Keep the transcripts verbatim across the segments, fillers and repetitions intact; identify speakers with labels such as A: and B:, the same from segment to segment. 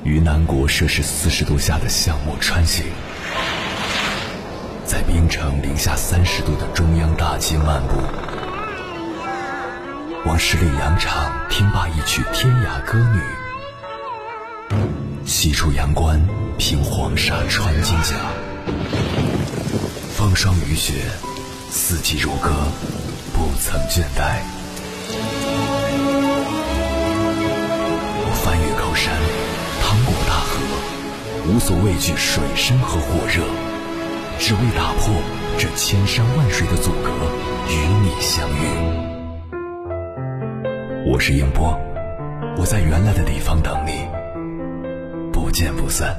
A: 于南国摄氏四十度下的项目穿行，在冰城零下三十度的中央大街漫步，往十里洋场听罢一曲天涯歌女，西出阳关凭黄沙穿金甲，风霜雨雪，四季如歌，不曾倦怠。我翻越高山，趟过大河，无所畏惧水深和火热，只为打破这千山万水的阻隔，与你相遇。我是英波，我在原来的地方等你，不见不散。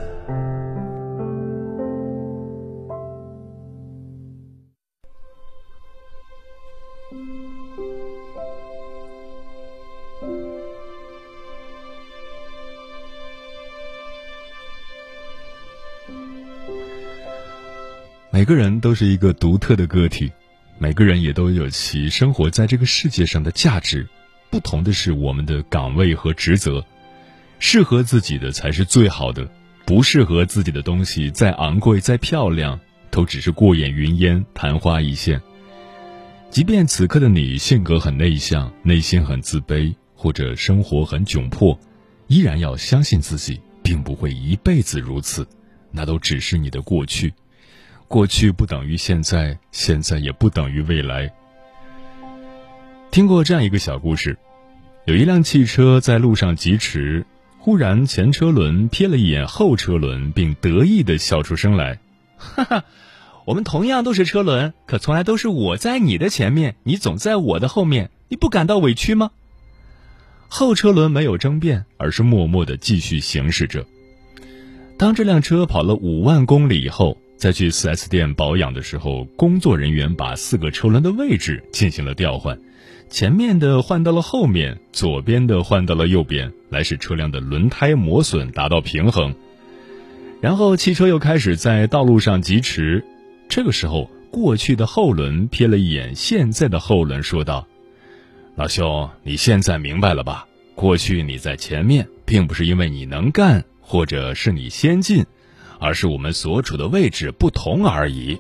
B: 每个人都是一个独特的个体，每个人也都有其生活在这个世界上的价值，不同的是我们的岗位和职责。适合自己的才是最好的，不适合自己的东西再昂贵再漂亮，都只是过眼云烟，昙花一现。即便此刻的你性格很内向，内心很自卑，或者生活很窘迫，依然要相信自己并不会一辈子如此，那都只是你的过去。过去不等于现在，现在也不等于未来。听过这样一个小故事，有一辆汽车在路上疾驰，忽然前车轮瞥了一眼后车轮，并得意地笑出声来，哈哈，我们同样都是车轮，可从来都是我在你的前面，你总在我的后面，你不感到委屈吗？后车轮没有争辩，而是默默地继续行驶着。当这辆车跑了五万公里以后，在去 四 S 店保养的时候，工作人员把四个车轮的位置进行了调换，前面的换到了后面，左边的换到了右边，来使车辆的轮胎磨损达到平衡。然后汽车又开始在道路上疾驰，这个时候过去的后轮瞥了一眼现在的后轮，说道，老兄，你现在明白了吧？过去你在前面，并不是因为你能干，或者是你先进，而是我们所处的位置不同而已。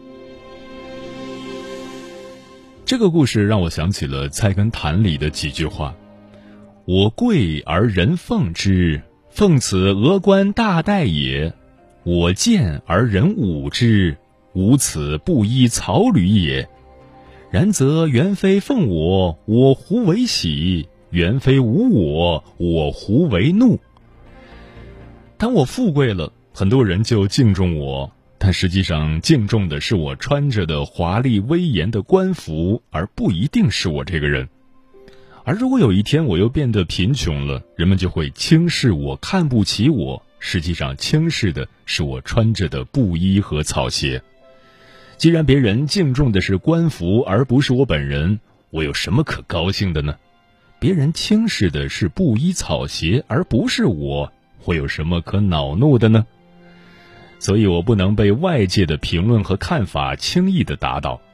B: 这个故事让我想起了《菜根谭》里的几句话：我贵而人奉之，奉此峨冠大戴也；我贱而人侮之，吾此布衣草履也。然则原非奉我，我胡为喜；原非无我，我胡为怒。当我富贵了，很多人就敬重我，但实际上敬重的是我穿着的华丽威严的官服，而不一定是我这个人。而如果有一天我又变得贫穷了，人们就会轻视我，看不起我，实际上轻视的是我穿着的布衣和草鞋。既然别人敬重的是官服而不是我本人，我有什么可高兴的呢？别人轻视的是布衣草鞋而不是我，会有什么可恼怒的呢？所以我不能被外界的评论和看法轻易地打倒。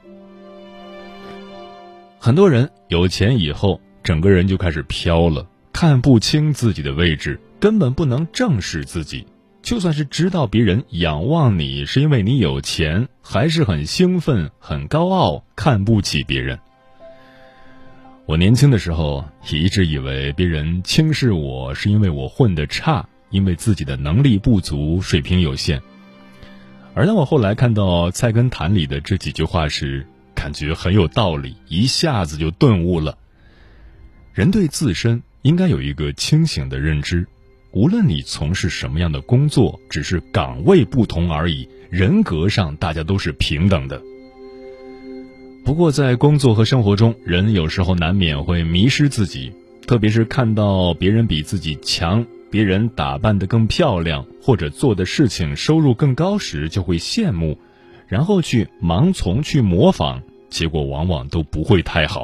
B: 很多人有钱以后，整个人就开始飘了，看不清自己的位置，根本不能正视自己。就算是知道别人仰望你是因为你有钱，还是很兴奋、很高傲，看不起别人。我年轻的时候也一直以为别人轻视我是因为我混得差，因为自己的能力不足，水平有限。而当我后来看到《菜根谭》里的这几句话时，感觉很有道理，一下子就顿悟了。人对自身应该有一个清醒的认知，无论你从事什么样的工作，只是岗位不同而已，人格上大家都是平等的。不过在工作和生活中，人有时候难免会迷失自己，特别是看到别人比自己强，别人打扮得更漂亮，或者做的事情收入更高时，就会羡慕，然后去盲从去模仿，结果往往都不会太好。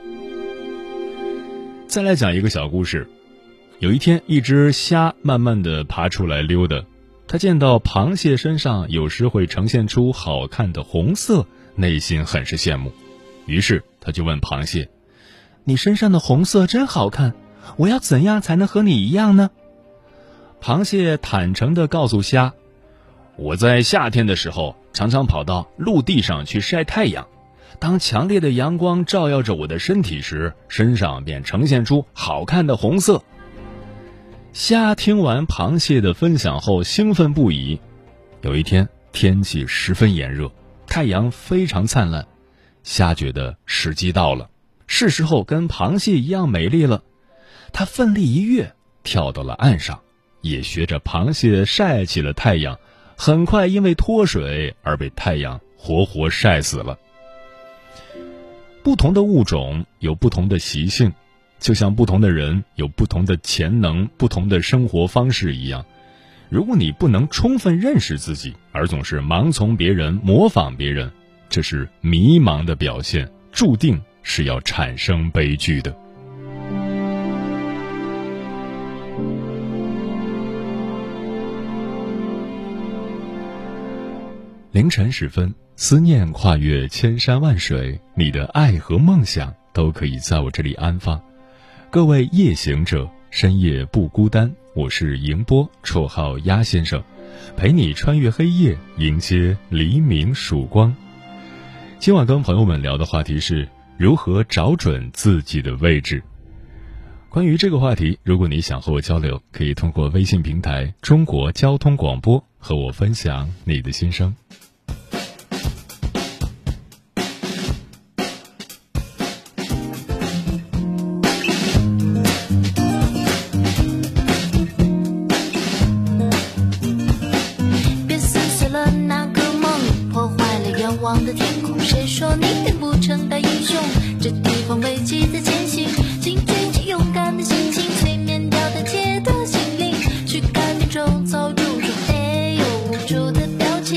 B: 再来讲一个小故事。有一天，一只虾慢慢地爬出来溜达，它见到螃蟹身上有时会呈现出好看的红色，内心很是羡慕。于是他就问螃蟹，你身上的红色真好看，我要怎样才能和你一样呢？ 螃蟹坦诚地告诉虾，我在夏天的时候常常跑到陆地上去晒太阳，当强烈的阳光照耀着我的身体时，身上便呈现出好看的红色。虾听完螃蟹的分享后兴奋不已。有一天天气十分炎热，太阳非常灿烂，虾觉得时机到了，是时候跟螃蟹一样美丽了。它奋力一跃，跳到了岸上，也学着螃蟹晒起了太阳，很快因为脱水而被太阳活活晒死了。不同的物种有不同的习性，就像不同的人有不同的潜能、不同的生活方式一样。如果你不能充分认识自己，而总是盲从别人、模仿别人，这是迷茫的表现，注定是要产生悲剧的。凌晨时分，思念跨越千山万水，你的爱和梦想都可以在我这里安放。各位夜行者，深夜不孤单，我是迎波，绰号鸭先生，陪你穿越黑夜，迎接黎明曙光。今晚跟朋友们聊的话题是如何找准自己的位置。关于这个话题，如果你想和我交流，可以通过微信平台中国交通广播和我分享你的心声。
C: 的天空，谁说你变不成大英雄？这地方危机在前行，请举起勇敢的心情，催眠掉胆怯的心灵，去看见种草种种，哎呦无助的表情。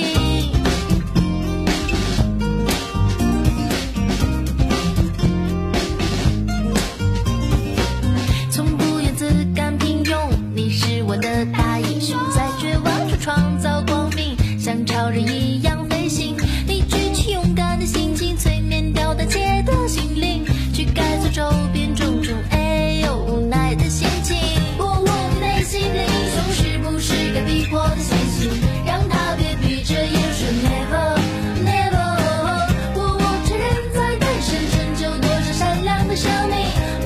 C: 从不言自甘平庸，你是我的大英雄，在绝望中创造光明，像超人一样飞行。心情催眠掉胆怯的心灵，去改造周边种种哎呦无奈的心情。我我内心的英雄是不是该逼迫的前行，让他别闭着眼说 never never。 我我承认在诞生拯救多少善良的生命。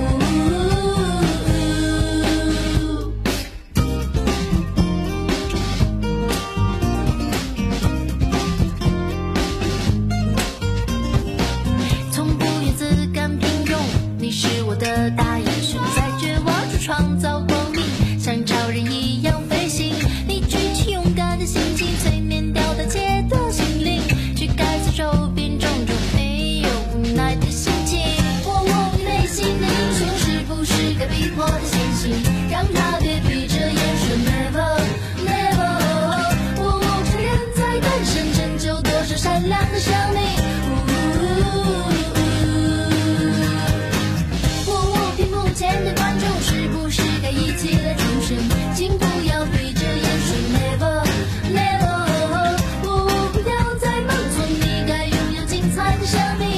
C: 的大英雄在绝望中创造光明，像超人一样飞行。你举起勇敢的心情，催眠掉胆怯的心灵，去改造周边种种没有无奈的心情。我我内心的英雄是不是该逼迫的前行，让他别闭着眼说 never never。 我我承认在诞生拯救多少善良的生命。前的观众是不是该一起来重生，请不要闭着眼说 never never。 我不要再盲从，你该拥有精彩的生命。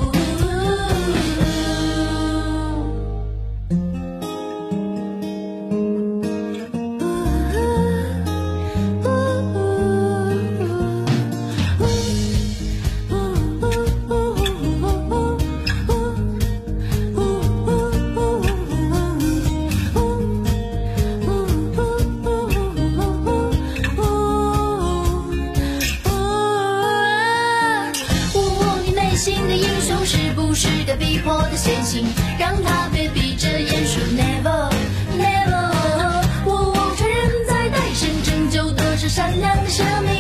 C: 逼迫的前行，让他别闭着眼说 never never。 我我承认在诞生拯救多少善良的生命。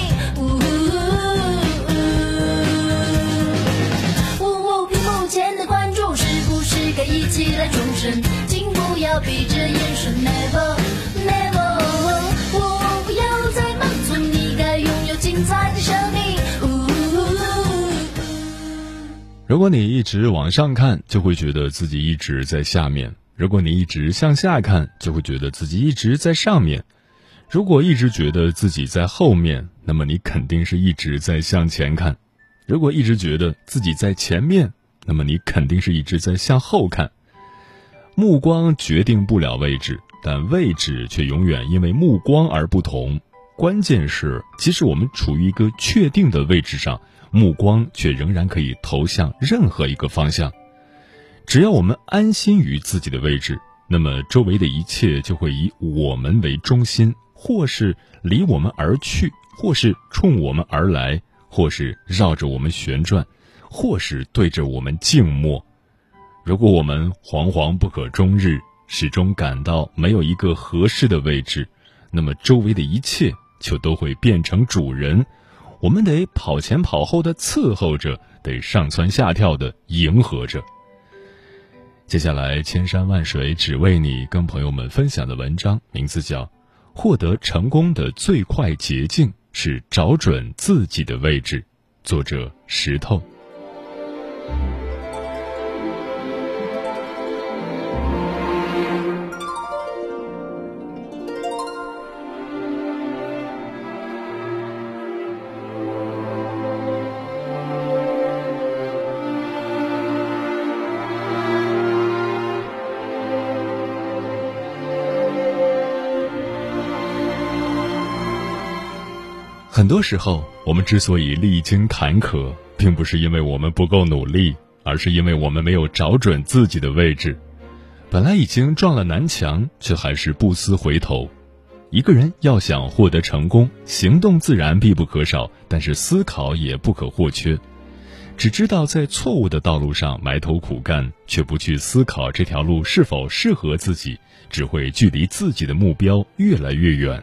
C: 我我屏幕前的观众是不是该一起来重生，请不要闭着眼说 never never。 我不要再盲从，你该拥有精彩的生命。
B: 如果你一直往上看，就会觉得自己一直在下面；如果你一直向下看，就会觉得自己一直在上面；如果一直觉得自己在后面，那么你肯定是一直在向前看；如果一直觉得自己在前面，那么你肯定是一直在向后看。目光决定不了位置， 但位置却永远因为目光而不同。关键是，即使我们处于一个确定的位置上，目光却仍然可以投向任何一个方向。只要我们安心于自己的位置，那么周围的一切就会以我们为中心，或是离我们而去，或是冲我们而来，或是绕着我们旋转，或是对着我们静默。如果我们惶惶不可终日，始终感到没有一个合适的位置，那么周围的一切就都会变成主人，我们得跑前跑后的伺候着，得上蹿下跳的迎合着。接下来千山万水只为你跟朋友们分享的文章名字叫《获得成功的最快捷径是找准自己的位置》，作者石头。很多时候，我们之所以历经坎坷，并不是因为我们不够努力，而是因为我们没有找准自己的位置。本来已经撞了南墙，却还是不思回头。一个人要想获得成功，行动自然必不可少，但是思考也不可或缺。只知道在错误的道路上埋头苦干，却不去思考这条路是否适合自己，只会距离自己的目标越来越远。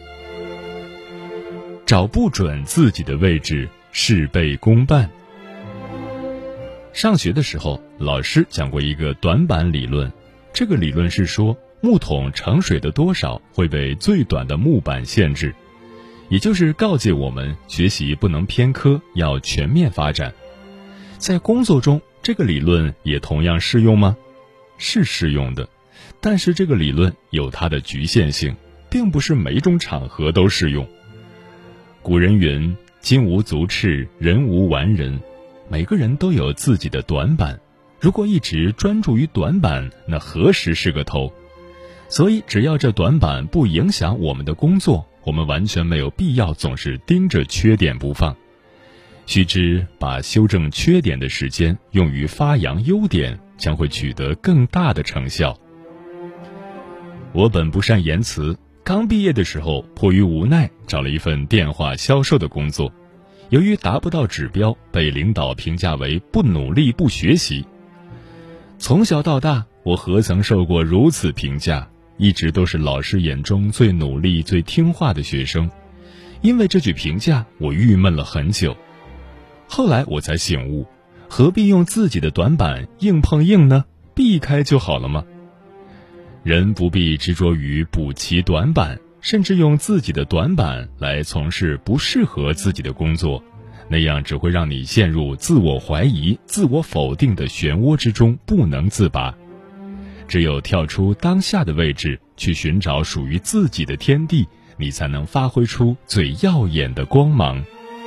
B: 找不准自己的位置，事倍功半。上学的时候，老师讲过一个短板理论。这个理论是说，木桶盛水的多少会被最短的木板限制，也就是告诫我们学习不能偏科，要全面发展。在工作中，这个理论也同样适用吗？是适用的，但是这个理论有它的局限性，并不是每一种场合都适用。古人云：金无足赤，人无完人。每个人都有自己的短板，如果一直专注于短板，那何时是个头？所以只要这短板不影响我们的工作，我们完全没有必要总是盯着缺点不放。须知把修正缺点的时间用于发扬优点，将会取得更大的成效。我本不善言辞，刚毕业的时候迫于无奈找了一份电话销售的工作，由于达不到指标，被领导评价为不努力不学习。从小到大，我何曾受过如此评价，一直都是老师眼中最努力最听话的学生。因为这句评价，我郁闷了很久。后来我才醒悟，何必用自己的短板硬碰硬呢？避开就好了吗？人不必执着于补齐短板，甚至用自己的短板来从事不适合自己的工作，那样只会让你陷入自我怀疑、自我否定的漩涡之中不能自拔。只有跳出当下的位置，去寻找属于自己的天地，你才能发挥出最耀眼的光芒。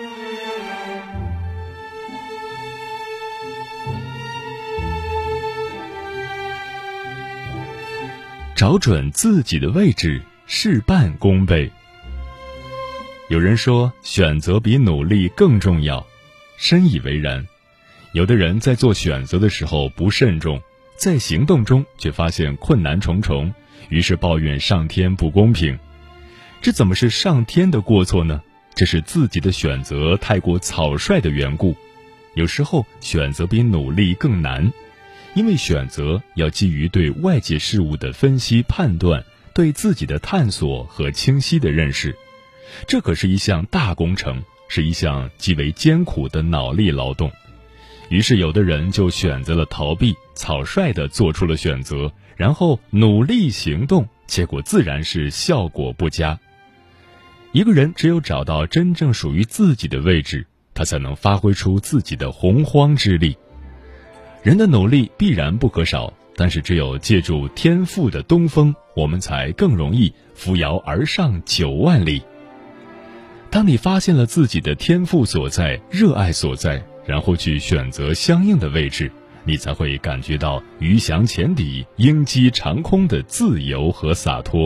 B: 找准自己的位置，事半功倍。有人说，选择比努力更重要，深以为然。有的人在做选择的时候不慎重，在行动中却发现困难重重，于是抱怨上天不公平。这怎么是上天的过错呢？这是自己的选择太过草率的缘故。有时候选择比努力更难，因为选择要基于对外界事物的分析判断，对自己的探索和清晰的认识。这可是一项大工程，是一项极为艰苦的脑力劳动。于是有的人就选择了逃避，草率地做出了选择，然后努力行动，结果自然是效果不佳。一个人只有找到真正属于自己的位置，他才能发挥出自己的洪荒之力。人的努力必然不可少，但是只有借助天赋的东风，我们才更容易扶摇而上九万里。当你发现了自己的天赋所在，热爱所在，然后去选择相应的位置， 你才会感觉到鱼翔浅底、鹰击长空的自由和洒脱。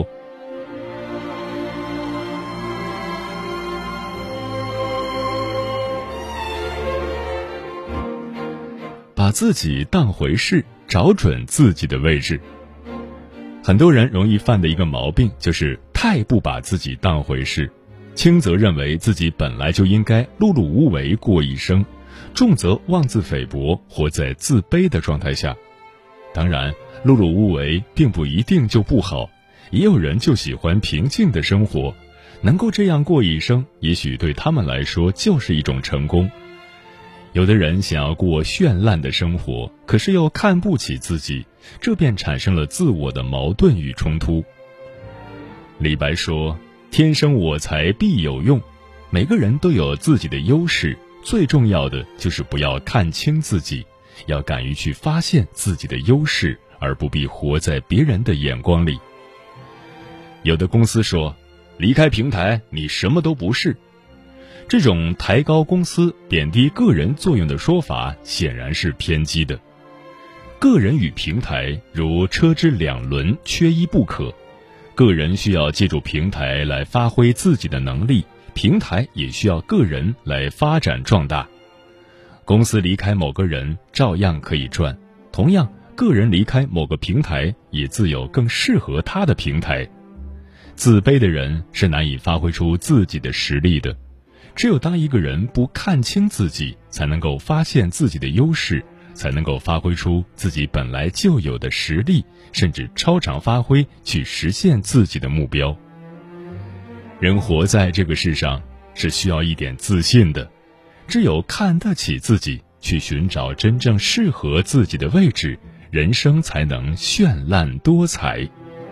B: 把自己当回事，找准自己的位置。很多人容易犯的一个毛病就是太不把自己当回事，轻则认为自己本来就应该碌碌无为过一生，重则妄自菲薄，活在自卑的状态下。当然，碌碌无为并不一定就不好，也有人就喜欢平静的生活，能够这样过一生，也许对他们来说就是一种成功。有的人想要过绚烂的生活，可是又看不起自己，这便产生了自我的矛盾与冲突。李白说：“天生我材必有用。”每个人都有自己的优势，最重要的就是不要看轻自己，要敢于去发现自己的优势，而不必活在别人的眼光里。有的公司说：“离开平台，你什么都不是。”这种抬高公司、贬低个人作用的说法显然是偏激的。个人与平台如车之两轮，缺一不可。个人需要借助平台来发挥自己的能力，平台也需要个人来发展壮大。公司离开某个人照样可以赚，同样，个人离开某个平台也自有更适合他的平台。自卑的人是难以发挥出自己的实力的。只有当一个人不看清自己，才能够发现自己的优势，才能够发挥出自己本来就有的实力，甚至超常发挥，去实现自己的目标。人活在这个世上是需要一点自信的，只有看得起自己，去寻找真正适合自己的位置，人生才能绚烂多彩。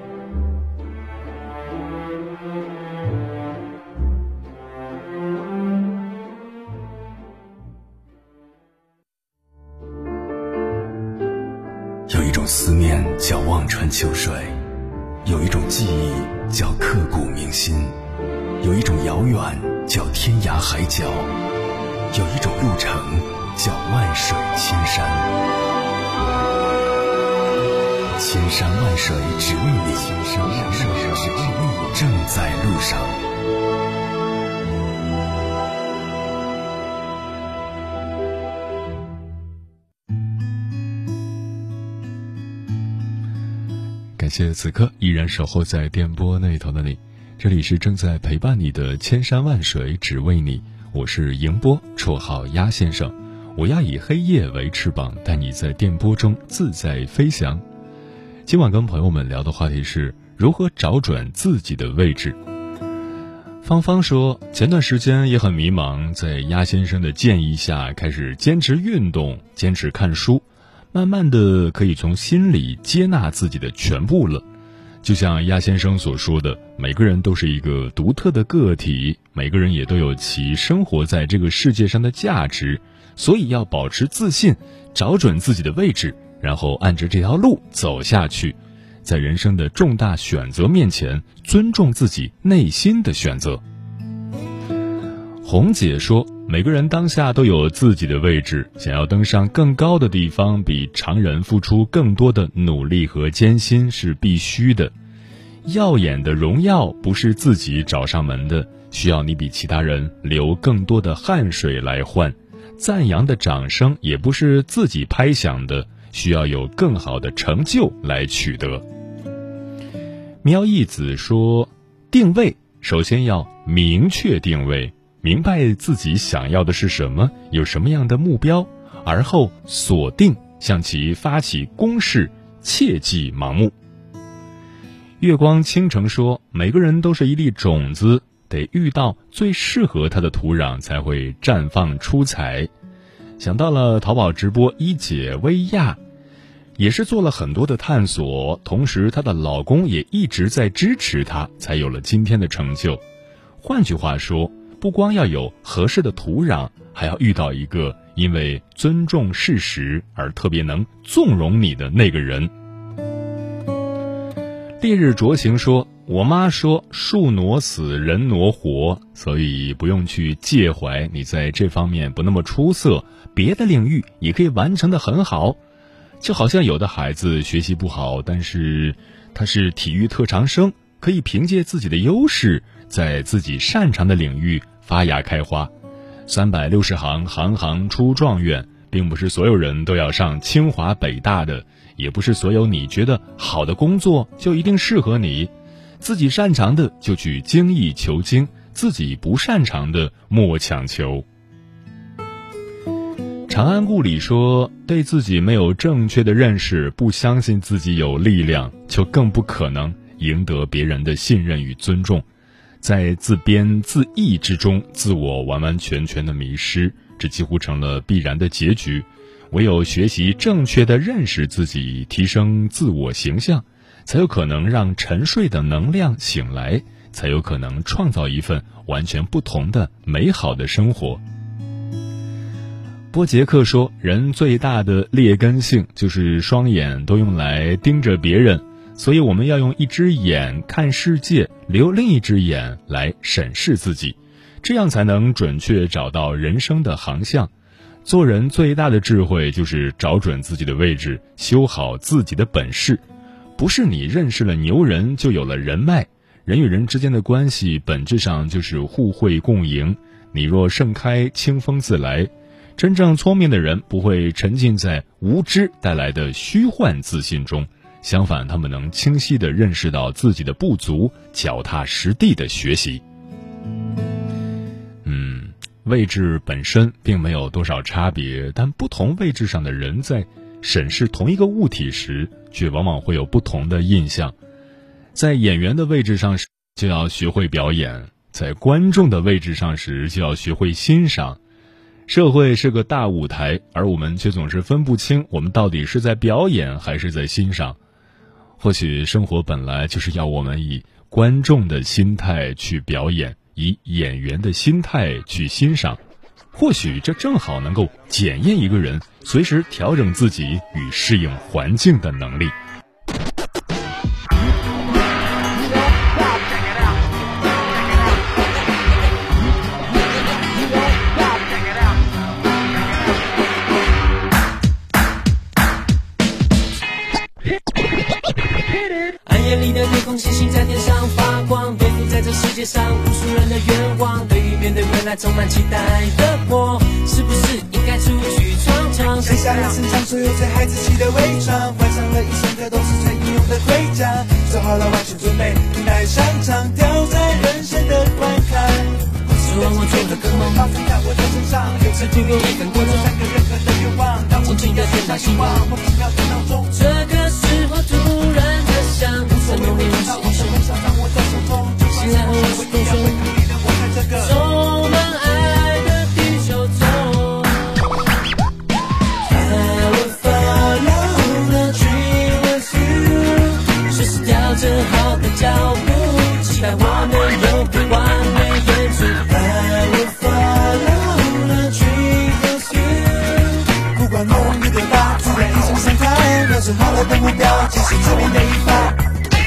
A: 有一种思念叫望穿秋水，有一种记忆叫刻骨铭心，有一种遥远叫天涯海角，有一种路程叫万水千山。千山万水只为你，千山万水只为你，正在路上。
B: 感谢此刻依然守候在电波那头的你，这里是正在陪伴你的千山万水只为你，我是迎波，绰号鸭先生。我要以黑夜为翅膀，带你在电波中自在飞翔。今晚跟朋友们聊的话题是如何找准自己的位置。芳芳说，前段时间也很迷茫，在鸭先生的建议下开始坚持运动，坚持看书，慢慢的可以从心里接纳自己的全部了。就像鸭先生所说的，每个人都是一个独特的个体，每个人也都有其生活在这个世界上的价值，所以要保持自信，找准自己的位置，然后按着这条路走下去。在人生的重大选择面前，尊重自己内心的选择。红姐说，每个人当下都有自己的位置，想要登上更高的地方，比常人付出更多的努力和艰辛是必须的。耀眼的荣耀不是自己找上门的，需要你比其他人流更多的汗水来换。赞扬的掌声也不是自己拍响的，需要有更好的成就来取得。苗义子说，定位首先要明确定位，明白自己想要的是什么，有什么样的目标，而后锁定，向其发起攻势，切忌盲目。月光倾城说，每个人都是一粒种子，得遇到最适合它的土壤才会绽放出彩。想到了淘宝直播一姐薇娅，也是做了很多的探索，同时她的老公也一直在支持她，才有了今天的成就。换句话说，不光要有合适的土壤，还要遇到一个因为尊重事实而特别能纵容你的那个人。烈日灼行说，我妈说树挪死人挪活，所以不用去介怀你在这方面不那么出色，别的领域也可以完成得很好。 就好像有的孩子学习不好，但是他是体育特长生，可以凭借自己的优势，在自己擅长的领域发芽开花。三百六十行，行行出状元，并不是所有人都要上清华北大的，也不是所有你觉得好的工作就一定适合你。自己擅长的就去精益求精，自己不擅长的莫强求。长安故里说，对自己没有正确的认识，不相信自己有力量，就更不可能赢得别人的信任与尊重。在自编自缢之中，自我完完全全的迷失，这几乎成了必然的结局。唯有学习正确的认识自己，提升自我形象，才有可能让沉睡的能量醒来，才有可能创造一份完全不同的美好的生活。波杰克说，人最大的劣根性就是双眼都用来盯着别人，所以我们要用一只眼看世界，留另一只眼来审视自己，这样才能准确找到人生的航向。做人最大的智慧就是找准自己的位置，修好自己的本事。不是你认识了牛人就有了人脉，人与人之间的关系本质上就是互惠共赢。你若盛开，清风自来。真正聪明的人不会沉浸在无知带来的虚幻自信中，相反，他们能清晰地认识到自己的不足，脚踏实地地学习。嗯，位置本身并没有多少差别，但不同位置上的人在审视同一个物体时，却往往会有不同的印象。在演员的位置上时，就要学会表演；在观众的位置上时，就要学会欣赏。社会是个大舞台，而我们却总是分不清我们到底是在表演还是在欣赏。或许生活本来就是要我们以观众的心态去表演，以演员的心态去欣赏。或许这正好能够检验一个人随时调整自己与适应环境的能力。
D: 里的天空，星星在天上发光，背负在这世界上无数人的愿望。对于面对未来充满期待的我，是不是应该出去闯闯？
E: 卸下了身上所有最孩子气的伪装，换上了一身的都是最英勇的盔甲，做好了完全准备，迎来上场，挑战人生的关卡。
D: 希望我做个个梦，
E: 发生在我的身上，有
D: 是度过一分过钟，
E: 三个任何的愿望，当我
D: 尽情的天大希望，
E: 莫名其妙的闹钟。
D: 这个时候突然的想，在梦里我是英雄，醒来后我是英雄，充满爱的地球中。I will follow the dream with you， 随时调整好的脚步，期待我能有个完美演出。I will follow the dream with you，
E: 不管梦有多大，自然一声上台，瞄准好了的目标，继续这边的一发。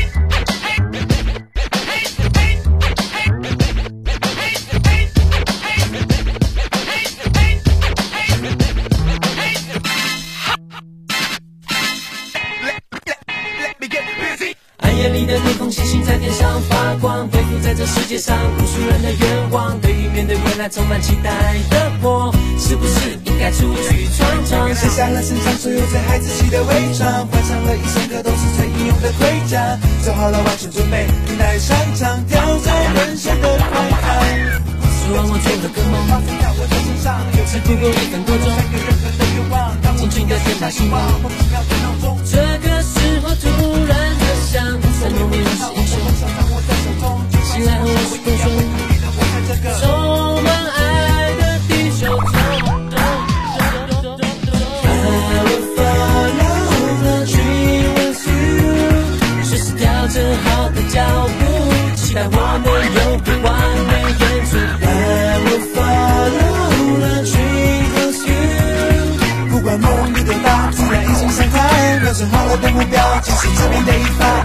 D: 夜里的天空，星星在天上发光，背负在这世界上无数人的愿望。对于面对未来充满期待的我，是不是应该出去闯闯？
E: 卸下了身上所有最孩子气的伪装，换上了一身的都是最英勇的盔甲，做好了完全准备，迎来上场，挑战人生的关卡。
D: 希望我做个个梦，
E: 发生在我的身上，有
D: 是度过一分多钟，
E: 三个任何的愿望，当我
D: 尽情的天大希望，
E: 莫名其妙的闹钟。
D: 这个时候突然的想，在梦里我是英雄，醒来后我是英雄，充满爱的地球中。I will follow the dream with you， 随时调整好的脚步，期待我能有个完美演出。I will follow the dream with you，
E: 不管梦有多大，自然一声上台，瞄准好了的目标，继续这边的一发。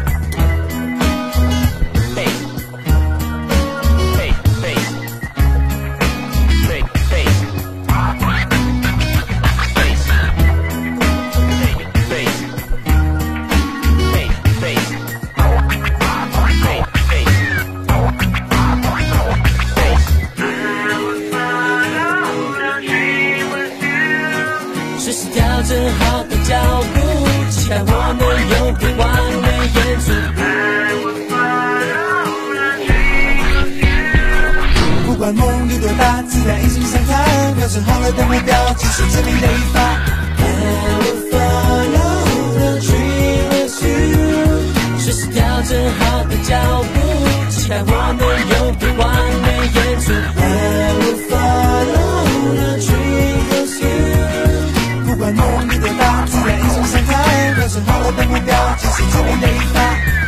E: 管梦有多大，自然一心向它，调整好了的目标，继续致命的一发。
D: I will follow the dream with you， 随时调整好的脚步，期待我能用最完美演出。I will follow the dream with you，
E: 不管梦有多大，自然一心向它，调整好了的目标，继续致命的一发。